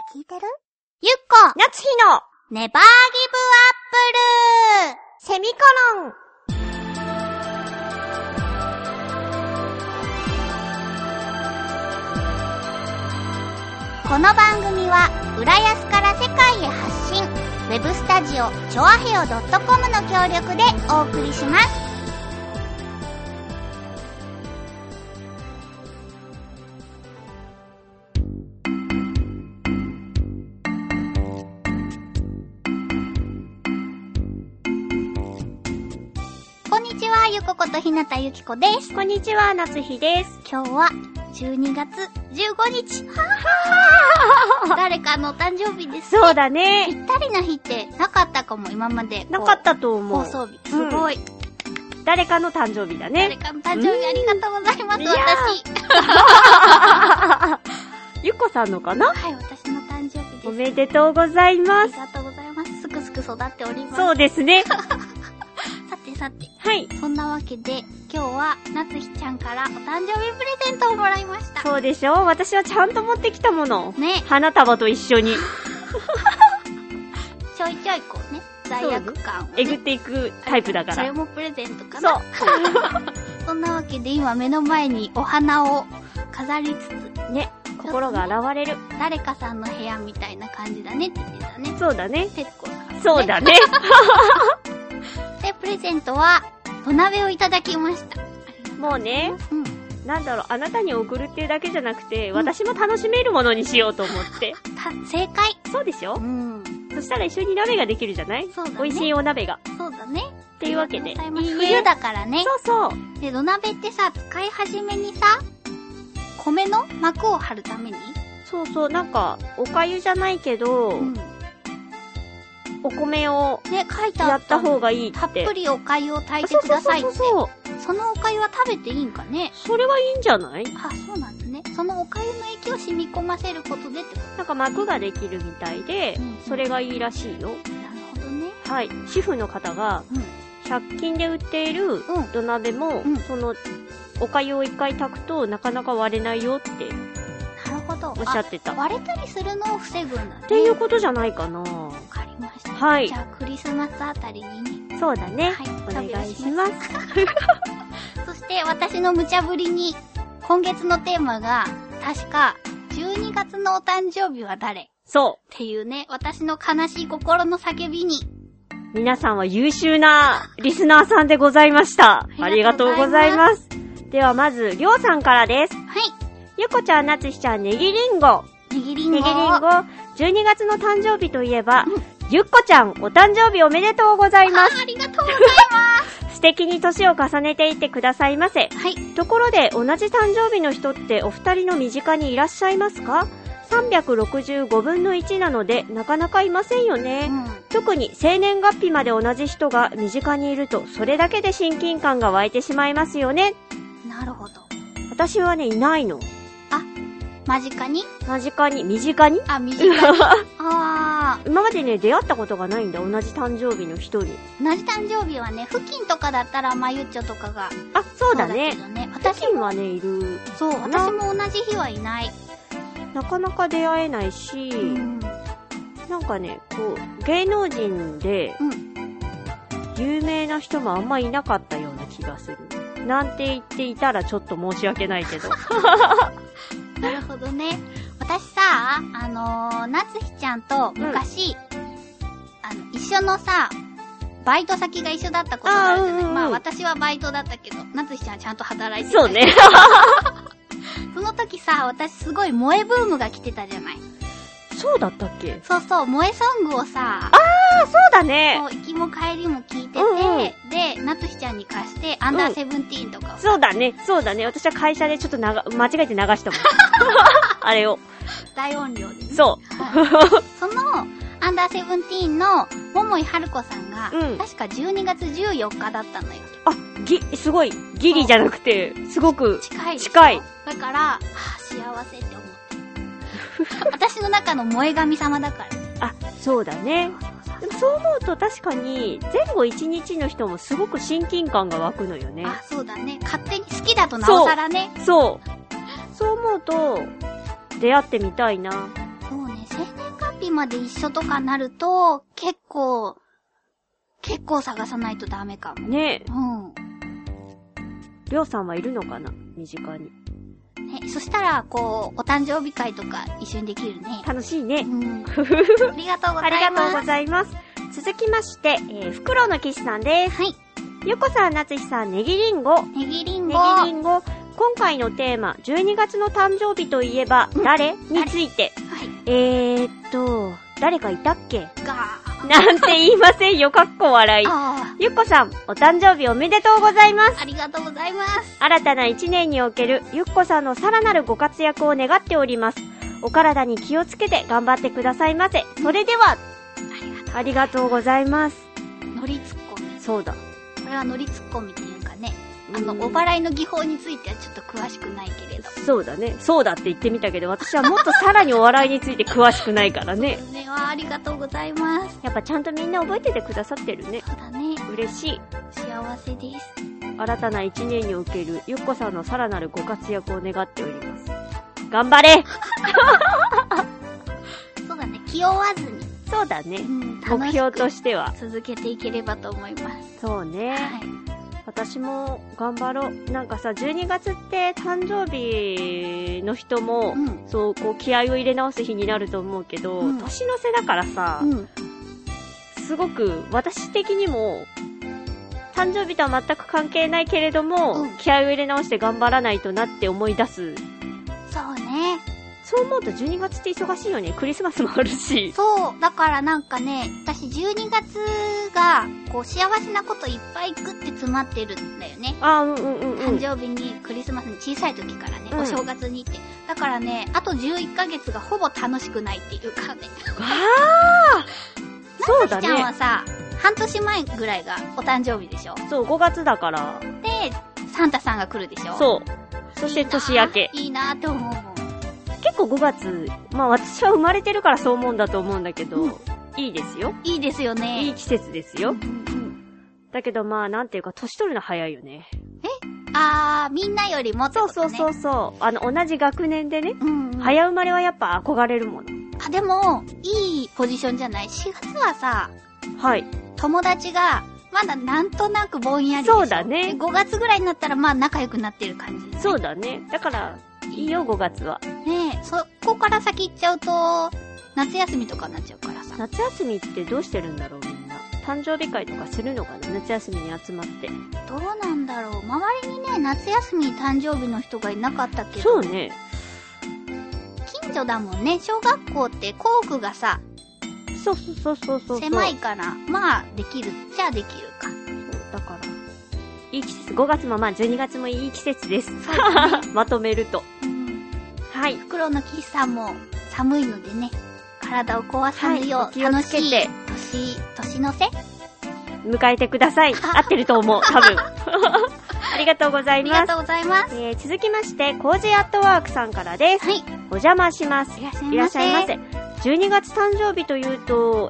聞いてる？ゆっこ夏日のネバーギブアップルセミコロン。 この番組は浦安から世界へ発信、ウェブスタジオチョアヘオ .com の協力でお送りします。こんにちは、ゆこことひなたゆきこです。 こんにちは、夏日です。 今日は12月15日。誰かのお誕生日ですね。 そうだね。 ぴったりな日ってなかったかも、今まで。 なかったと思う。 放送日。すごい。 誰かの誕生日だね。 誰かの誕生日ありがとうございます、私。 ゆっこさんのかな？ はい、私の誕生日です。 おめでとうございます。 ありがとうございます。すくすく育っております。 そうですね。 さて。 はい。 そんなわけで、今日は夏日ちゃんからお誕生日プレゼントをもらいました。 そうでしょ？私はちゃんと持ってきたもの。 ね。 花束と一緒に。 ちょいちょいこうね、罪悪感を、ね。 えぐっていくタイプだから。 それもプレゼントかな。 そう。 そんなわけで今目の前にお花を飾りつつ。 ね。心が洗われる。 誰かさんの部屋みたいな感じだねって言ってたね。 そうだね。 てっこさん、ね。 そうだね。 で、プレゼントは土鍋をいただきました。 もうね、なんだろう、あなたに送るっていうだけじゃなくて、私も楽しめるものにしようと思って。 正解。 そうでしょ？そしたら一緒に鍋ができるじゃない？ そうだね。 美味しいお鍋が。 そうだね。 っていうわけで。 冬だからね。 そう。 で、土鍋ってさ、使い始めにさ、米の膜を張るために？ そう、なんか、お粥じゃないけど、お米をね、書いてあった方がいいって。 たっぷりお粥を炊いてくださいって。 そう。 そのお粥は食べていいんかね？ それはいいんじゃない？ あ、そうなんだね。そのお粥の液を染み込ませることでってこと？ なんか膜ができるみたいで、それがいいらしいよ。 なるほどね。 はい。主婦の方が、100均で売っている土鍋も、その、お粥を一回炊くとなかなか割れないよって。 なるほど。 おっしゃってた。 割れたりするのを防ぐんだね。 っていうことじゃないかな。 わかりました。 はい。 じゃあクリスマスあたりにね。 そうだね。 はい。 お願いします。 そして私の無茶ぶりに、今月のテーマが、確か、12月のお誕生日は誰？ そう。 っていうね、私の悲しい心の叫びに。 皆さんは優秀なリスナーさんでございました。ありがとうございます。ではまず、りょうさんからです。 はい。 ゆこちゃん、なつひちゃん、ねぎりんご。 ねぎりんご。 12月の誕生日といえば、ゆっこちゃん、お誕生日おめでとうございます。 ありがとうございます。 素敵に年を重ねていってくださいませ。 はい。 ところで、同じ誕生日の人ってお二人の身近にいらっしゃいますか？365分の1なので、なかなかいませんよね。特に生年月日まで同じ人が身近にいると、それだけで親近感が湧いてしまいますよね。 なるほど。 私はね、いないの。 あ、身近に？ 身近に身近に。 今までね、出会ったことがないんだ、同じ誕生日の人に。 同じ誕生日はね、付近とかだったらまゆっちょとかが。 あ、そうだね。 私付近はね、いる。 そう、私も同じ日はいない。 なかなか出会えないし、なんかね、こう、芸能人で、有名な人もあんまいなかったような気がする。なんて言っていたらちょっと申し訳ないけど。 なるほどね。私さ、なつひちゃんと昔、一緒のさ、バイト先が一緒だったことがあるじゃない。まあ私はバイトだったけど、なつひちゃんはちゃんと働いてた。 そうね。 その時さ、私すごい萌えブームが来てたじゃない。 そうだったっけ？ そう、萌えソングをさ、 そうだね。 そう、行きも帰りも聞いてて、で、なつひちゃんに貸して、アンダーセブンティーンとかを。 そうだね。私は会社でちょっと間違えて流したもん。あれを。 大音量でね。 そう。 その、アンダーセブンティーンの桃井春子さんが、確か12月14日だったのよ。 すごい、ギリじゃなくて、すごく近い。だから、幸せって思って。私の中の萌え神様だから。 あ、そうだね。でもそう思うと確かに、前後1日の人もすごく親近感が湧くのよね。 あ、そうだね。勝手に好きだとなおさらね。 そう思うと、出会ってみたいな。 そうね、 生年月日まで一緒とかなると、結構探さないとダメかも。 ねえ。 うん。 りょうさんはいるのかな、身近に。 ね、そしたら、お誕生日会とか一緒にできるね。 楽しいね。 うん。ありがとうございます。 ありがとうございます。続きまして、フクロウの騎士さんです。 はい。 ゆっこさん、なつひさん、ネギリンゴ。 ネギリンゴ。 今回のテーマ、12月の誕生日といえば、誰について。はい。誰かいたっけなんて言いませんよ、かっこ笑い。ゆっこさん、お誕生日おめでとうございます。 ありがとうございます。 新たな一年におけるゆっこさんのさらなるご活躍を願っております。お体に気をつけて頑張ってくださいませ。それでは、ありがとうございます。 ノリツッコミ。 そうだ。 これはノリツッコミっていうかね、お笑いの技法についてはちょっと詳しくないけれど。 そうだね。そうだって言ってみたけど、私はもっとさらにお笑いについて詳しくないからね。 そうね。ありがとうございます。 やっぱちゃんとみんな覚えててくださってるね。 そうだね。 嬉しい。 幸せです。 新たな一年におけるゆっこさんのさらなるご活躍を願っております。頑張れそうだね。気負わずに。 そうだね。目標としては。 続けていければと思います。 そうね。はい。私も頑張ろう。なんかさ、12月って誕生日の人も、そう、気合を入れ直す日になると思うけど、年の瀬だからさ、すごく私的にも、誕生日とは全く関係ないけれども、気合を入れ直して頑張らないとなって思い出す。 そうね。 そう思うと12月って忙しいよね。クリスマスもあるし。 そう。だからなんかね、私12月が、幸せなこといっぱいグって詰まってるんだよね。誕生日に、クリスマスに小さい時からね、お正月にって。だからね、あと11ヶ月がほぼ楽しくないっていうかね。そうだね。なつちゃんはさ、半年前ぐらいがお誕生日でしょ？ そう、5月だから。 で、サンタさんが来るでしょ？ そう。そして年明け。 いいなーって思うもん。 結構5月、まあ私は生まれてるからそう思うんだと思うんだけど、いいですよ。 いいですよね。 いい季節ですよ。だけどまあなんていうか年取るの早いよね。 みんなよりもってことね。 そう。同じ学年でね、早生まれはやっぱ憧れるもの。 でも、いいポジションじゃない？ 4 月はさ、 はい。 友達が、まだなんとなくぼんやりでしょ。 そうだね。 5月ぐらいになったらまあ仲良くなってる感じ、ね。 そうだね。だから、いいよ、5月は。 ねえ、そこから先行っちゃうと、夏休みとかになっちゃうからさ。 夏休みってどうしてるんだろう、みんな。誕生日会とかするのかな、夏休みに集まって。 どうなんだろう。周りにね、夏休みに誕生日の人がいなかったけど。 そうね。 近所だもんね。小学校って校区がさ、 そう。 狭いから、まあ、できるっちゃできるか。 そう、だから、いい季節。5月もまあ12月もいい季節です。まとめると。はい。 フクロウの騎士さんも寒いのでね、体を壊さぬよう、楽しい年の瀬迎えてください。合ってると思う、多分。ありがとうございます。 ありがとうございます。 続きまして、コージーアットワークさんからです。はい。お邪魔します。 いらっしゃいませ。 12月誕生日というと、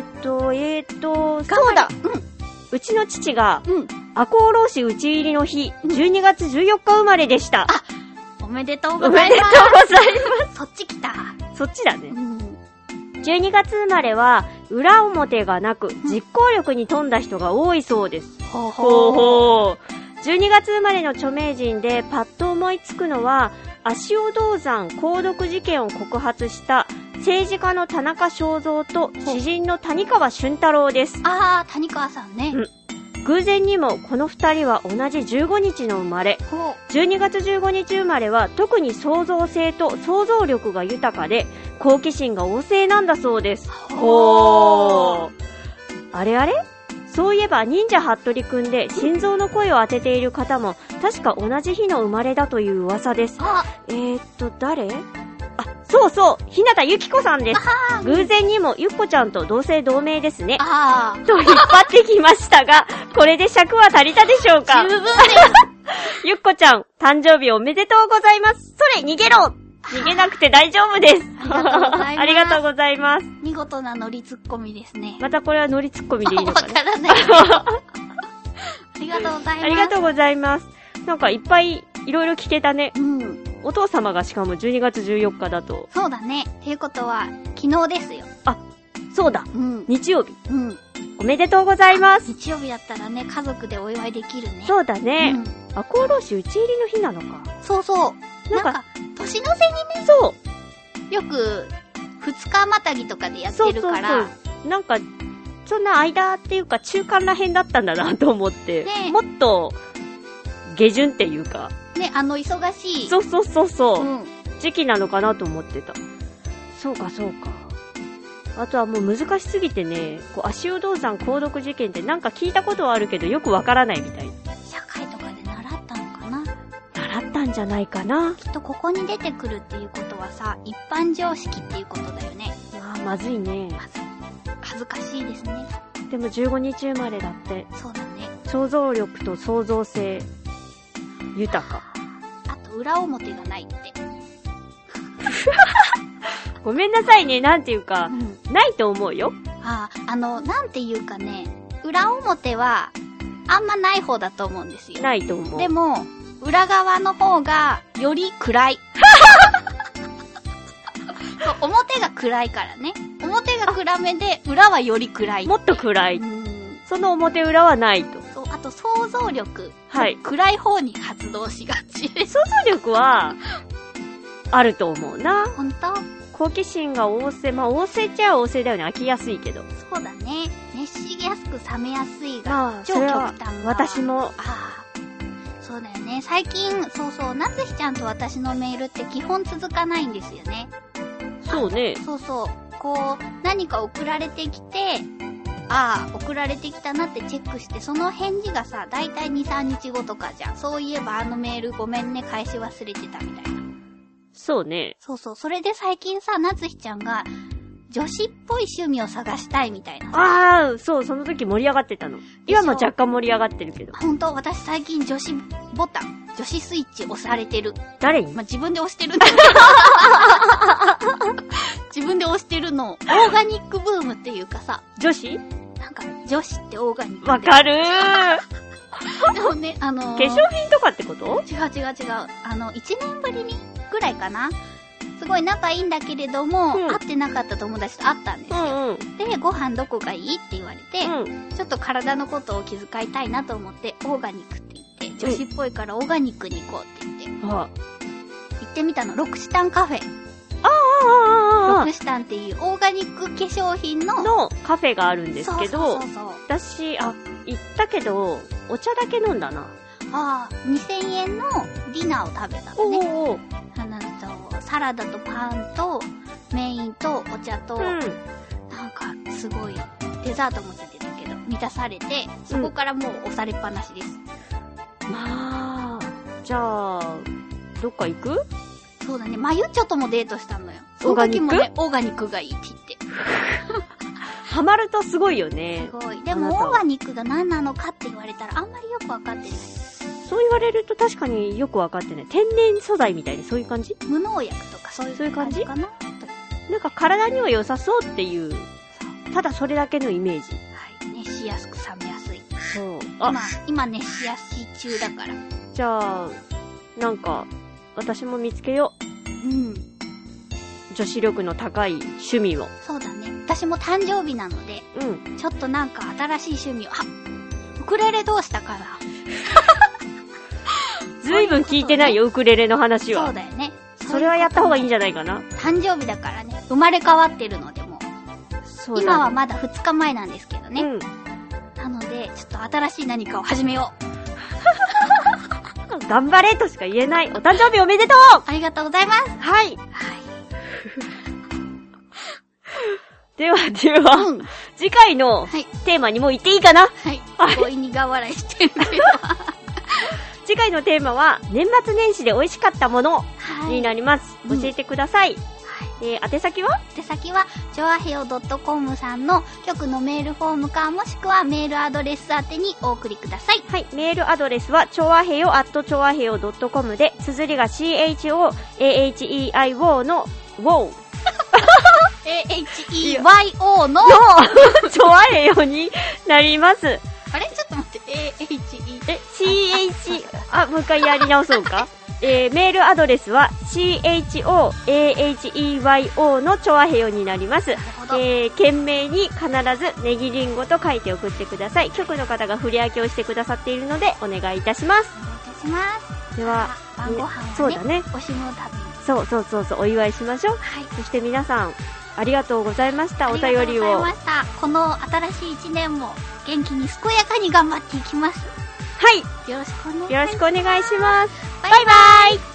そうだ。うちの父が、赤穂浪士討ち入りの日、12月14日生まれでした。 おめでとうございます。 おめでとうございます。 そっち来た。 そっちだね。12月生まれは、裏表がなく、実行力に富んだ人が多いそうです。ほう。12月生まれの著名人でパッと思いつくのは、足尾銅山鉱毒事件を告発した政治家の田中正造と詩人の谷川俊太郎です。 谷川さんね。 偶然にもこの二人は同じ15日の生まれ。12月15日生まれは特に創造性と想像力が豊かで好奇心が旺盛なんだそうです。あれそういえば忍者ハットリくんで心臓の声を当てている方も確か同じ日の生まれだという噂です。誰？そう日向ゆき子さんです。偶然にもゆっこちゃんと同姓同名ですね。と引っ張ってきましたが、これで尺は足りたでしょうか？ 十分です。 ゆっこちゃん、誕生日おめでとうございます。それ逃げろ！逃げなくて大丈夫です。ありがとうございます。 見事なノリツッコミですね。 またこれはノリツッコミでいいのかな？ わからないけど。ありがとうございます。 ありがとうございます。なんかいっぱいいろいろ聞けたね。 お父様がしかも12月14日だと。 そうだね。っていうことは、昨日ですよ。 あ、そうだ。 うん。 日曜日。 うん。 おめでとうございます。 日曜日だったらね、家族でお祝いできるね。 そうだね。 うん、 赤穂浪士打ち入りの日なのか。 そうそう。なんか、年の瀬にね、 そう。 よく、2日またぎとかでやってるから。そうそうそう。なんか、そんな間っていうか中間らへんだったんだなと思って。ね、もっと、下旬っていうか。 ね、忙しい。 そうそうそうそう。うん、時期なのかなと思ってた。そうかそうか。あとはもう難しすぎてね、足尾銅山鉱毒事件ってなんか聞いたことはあるけどよくわからないみたい。 社会とかで習ったのかな？ 習ったんじゃないかな。 きっとここに出てくるっていうことはさ、一般常識っていうことだよね。 ああ、まずいね。 まずい。恥ずかしいですね。 でも15日生まれだって。 そうだね。 想像力と創造性豊か。 あと裏表がないって。 ごめんなさいね、なんていうか、ないと思うよ。 なんていうかね、裏表は、あんまない方だと思うんですよ。 ないと思う。 でも、裏側の方が、より暗い。そう、表が暗いからね。表が暗めで、裏はより暗い。 もっと暗い。その表裏はないと。 そう、あと想像力。はい。暗い方に発動しがち。 想像力は、あると思うな。 ほんと？ 好奇心が旺盛。まあ、旺盛っちゃ旺盛だよね。飽きやすいけど。 そうだね。熱しやすく冷めやすいが、超極端が。 私も。 そうだよね。最近、そうそう、なつひちゃんと私のメールって基本続かないんですよね。 そうね。 そうそう。何か送られてきて、送られてきたなってチェックして、その返事がさ、だいたい2、3日後とかじゃん。そういえばメールごめんね、返し忘れてたみたいな。 そうね。 そうそう。それで最近さ、なつひちゃんが、女子っぽい趣味を探したいみたいな。 そう、その時盛り上がってたの。今も若干盛り上がってるけど。 ほんと、私最近女子ボタン、女子スイッチ押されてる。 誰に？ 自分で押してるんだけど。自分で押してるの、オーガニックブームっていうかさ。 女子？ なんか、女子ってオーガニック。 わかるー。でもね、 化粧品とかってこと？ 違う。1年ぶりにぐらいかな。すごい仲いいんだけれども、会ってなかった友達と会ったんですよ。で、ご飯どこがいいって言われて、ちょっと体のことを気遣いたいなと思って、オーガニックって言って、女子っぽいからオーガニックに行こうって言って、行ってみたの、ロクシタンカフェ。ロクシタンっていうオーガニック化粧品のカフェがあるんですけど、 そう私、行ったけど、お茶だけ飲んだな。 2000円のディナーを食べたのね。サラダとパンとメインとお茶と、なんかすごいデザートもついてたけど満たされて、そこからもう押されっぱなしです。 まあ、じゃあどっか行く？ そうだね。まゆっちょともデートしたのよ。その時もね、オーガニックがいいって言って。 ハマるとすごいよね。 すごい。でもオーガニックが何なのかって言われたらあんまりよくわかってない。 そう言われると確かによくわかってない。天然素材みたいな、そういう感じ？ 無農薬とかそういう感じかな？ なんか体には良さそうっていう、ただそれだけのイメージ。 はい。熱しやすく冷めやすい。 そう。 今熱しやすい中だから。 じゃあ、なんか、私も見つけよう。女子力の高い趣味を。 そうだね。私も誕生日なので、ちょっとなんか新しい趣味を、ウクレレどうしたかな？ ずいぶん聞いてないよ、ウクレレの話は。 そうだよね。 それはやった方がいいんじゃないかな。 誕生日だからね、生まれ変わってるのでも。そうだね。今はまだ2日前なんですけどね。なので、ちょっと新しい何かを始めよう。頑張れとしか言えない。お誕生日おめでとう！ ありがとうございます。 はい。では、次回のテーマにもう行っていいかな？ はい。強引に苦笑いしてるけど。 次回のテーマは、年末年始で美味しかったものになります。教えてください。宛先は？ 宛先は、ちょあへよ .com さんの局のメールフォームか、もしくはメールアドレス宛てにお送りください。 はい。メールアドレスは、ちょあへよ@choaheyo.com で、綴りが CHOAHEIO の WOW。 AHEYO のちょあへよになります。 あれちょっと待って、 CH、もう一回やり直そうか。 メールアドレスは CHOAHEYO のチョアヘヨになります。件名に必ずネギリンゴと書いて送ってください。局の方が振り分けをしてくださっているのでお願いいたします。 お願いいたします。 では晩ご飯をね、 そうだね、 おしむたびにそうお祝いしましょう。 はい。 そして皆さんありがとうございました。お便りを。 ありがとうございました。この新しい1年も元気に健やかに頑張っていきます。 はい。 よろしくお願いします。 よろしくお願いします。 バイバイ。